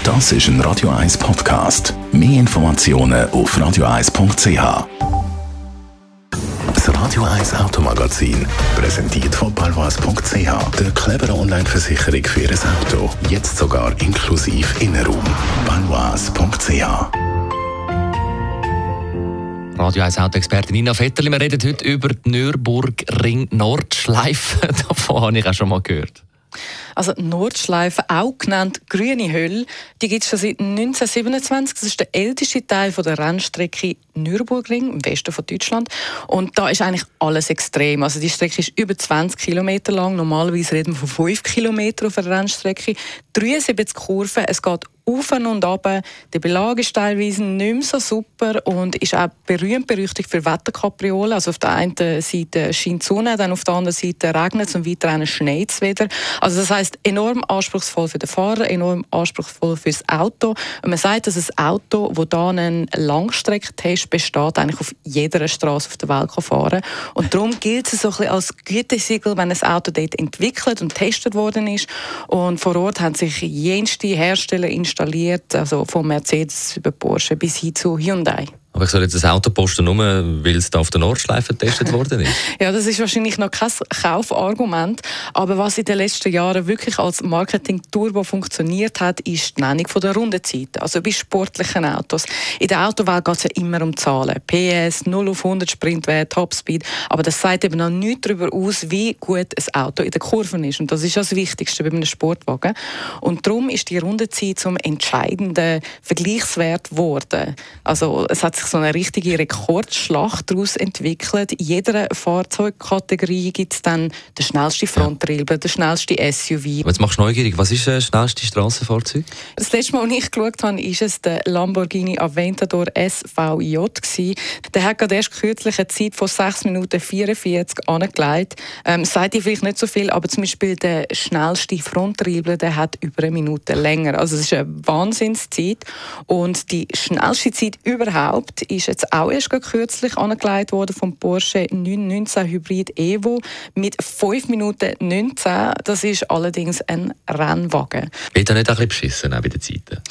Das ist ein Radio 1 Podcast. Mehr Informationen auf radio1.ch. Das Radio 1 Automagazin, präsentiert von baloise.ch, der cleveren Online-Versicherung für Ihr Auto. Jetzt sogar inklusive Innenraum. baloise.ch. Radio 1 Autoexpertin Nina Vetterli. Wir reden heute über die Nürburgring-Nordschleife. Davon habe ich auch schon mal gehört. Also die Nordschleife, auch genannt Grüne Hölle, die gibt es schon seit 1927. Das ist der älteste Teil von der Rennstrecke Nürburgring im Westen von Deutschland. Und da ist eigentlich alles extrem. Also die Strecke ist über 20 Kilometer lang. Normalerweise reden wir von 5 Kilometern auf einer Rennstrecke. 73 Kurven, es geht auf und ab. Die Belag ist teilweise nicht mehr so super und ist auch berühmt-berüchtigt für Wetterkapriolen. Also auf der einen Seite scheint die Sonne, dann auf der anderen Seite regnet es und weiter schneit es wieder. Also das heisst, enorm anspruchsvoll für den Fahrer, enorm anspruchsvoll für das Auto. Und man sagt, dass ein Auto, das hier einen Langstreckentest besteht, eigentlich auf jeder Straße auf der Welt fahren kann. Und darum gilt es so ein bisschen als Gütesiegel, wenn ein Auto dort entwickelt und getestet worden ist. Und vor Ort haben sich jenste Hersteller installiert, also von Mercedes über Porsche bis hin zu Hyundai. Aber ich soll jetzt das Auto posten, nur weil es da auf der Nordschleife getestet worden ist? Ja, das ist wahrscheinlich noch kein Kaufargument. Aber was in den letzten Jahren wirklich als Marketing-Turbo funktioniert hat, ist die Nennung der Rundenzeiten. Also bei sportlichen Autos. In der Autowelt geht es ja immer um Zahlen. PS, 0 auf 100 Sprintwert, Topspeed. Aber das sagt eben noch nichts darüber aus, wie gut ein Auto in den Kurven ist. Und das ist das Wichtigste bei einem Sportwagen. Und darum ist die Rundenzeit zum entscheidenden Vergleichswert geworden. Also es hat sich so eine richtige Rekordschlacht daraus entwickelt. In jeder Fahrzeugkategorie gibt es dann den schnellsten Fronttriebler, den schnellsten SUV. Aber jetzt machst du neugierig, was ist das schnellste Strassenfahrzeug? Das letzte Mal, als ich geschaut habe, war es der Lamborghini Aventador SVJ. Der hat gerade erst kürzlich eine Zeit von 6 Minuten 44 angelegt. Sagt ihr vielleicht nicht so viel, aber zum Beispiel der schnellste Fronttriebler, der hat über eine Minute länger. Also es ist eine Wahnsinnszeit. Und die schnellste Zeit überhaupt ist jetzt auch erst kürzlich angelegt worden vom Porsche 919 Hybrid Evo mit 5 Minuten 19. Das ist allerdings ein Rennwagen. Wird da nicht ein bisschen beschissen auch bei den Zeiten?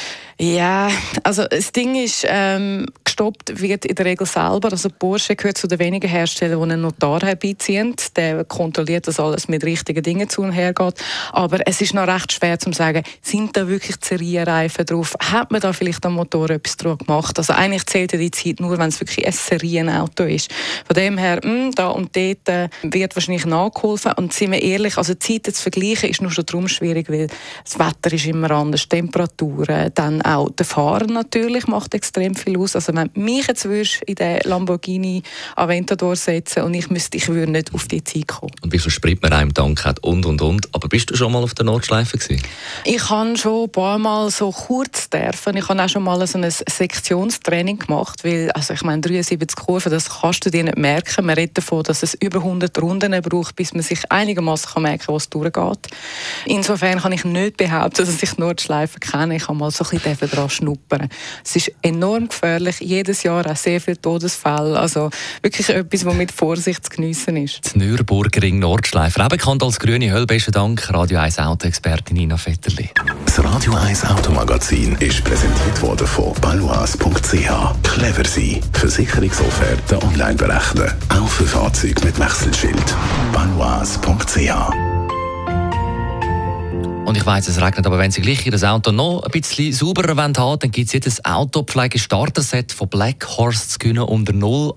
Ja, also das Ding ist, gestoppt wird in der Regel selber. Also Porsche gehört zu den wenigen Herstellern, die einen Notar herbeiziehen. Der kontrolliert, dass alles mit richtigen Dingen zu und her geht. Aber es ist noch recht schwer zu sagen, sind da wirklich Serienreifen drauf? Hat man da vielleicht am Motor etwas drauf gemacht? Also eigentlich zählt ja die Zeit nur, wenn es wirklich ein Serienauto ist. Von dem her, da und dort wird wahrscheinlich nachgeholfen. Und sind wir ehrlich, also die Zeiten zu vergleichen ist nur schon darum schwierig, weil das Wetter ist immer anders, Temperaturen, dann auch der Fahrer natürlich macht extrem viel aus. Also wenn mich jetzt in den Lamborghini Aventador setzen und ich würde nicht auf die Zeit kommen. Und wie viel Sprit man einem Dank hat und. Aber bist du schon mal auf der Nordschleife gewesen? Ich habe schon ein paar Mal so kurz dürfen. Ich habe auch schon mal so ein Sektionstraining gemacht, weil, also ich meine 73 Kurven, das kannst du dir nicht merken. Man redet davon, dass es über 100 Runden braucht, bis man sich einigermaßen merken kann, wo es durchgeht. Insofern kann ich nicht behaupten, dass ich die Nordschleife kenne. Ich habe mal so ein bisschen daran schnuppern. Es ist enorm gefährlich, jedes Jahr auch sehr viele Todesfälle. Also wirklich etwas, was mit Vorsicht zu geniessen ist. Das Nürburgring Nordschleife, auch bekannt als Grüne Hölle. Besten Dank, Radio 1 Autoexpertin Nina Vetterli. Das Radio 1 Automagazin ist präsentiert worden von baloise.ch. Clever sein. Versicherungsofferten online berechnen. Auch für Fahrzeuge mit Wechselschild. baloise.ch. Und ich weiss, es regnet, aber wenn Sie gleich Ihr Auto noch ein bisschen sauberer haben wollen, dann gibt es jetzt ein Autopflege-Starter-Set von Black Horse zu gewinnen unter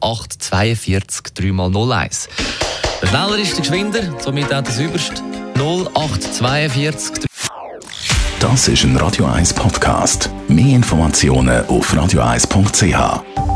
0842 3x01. Der schneller ist der geschwinder, somit auch der sauberste. 0842 3. Das ist ein Radio 1 Podcast. Mehr Informationen auf radio1.ch.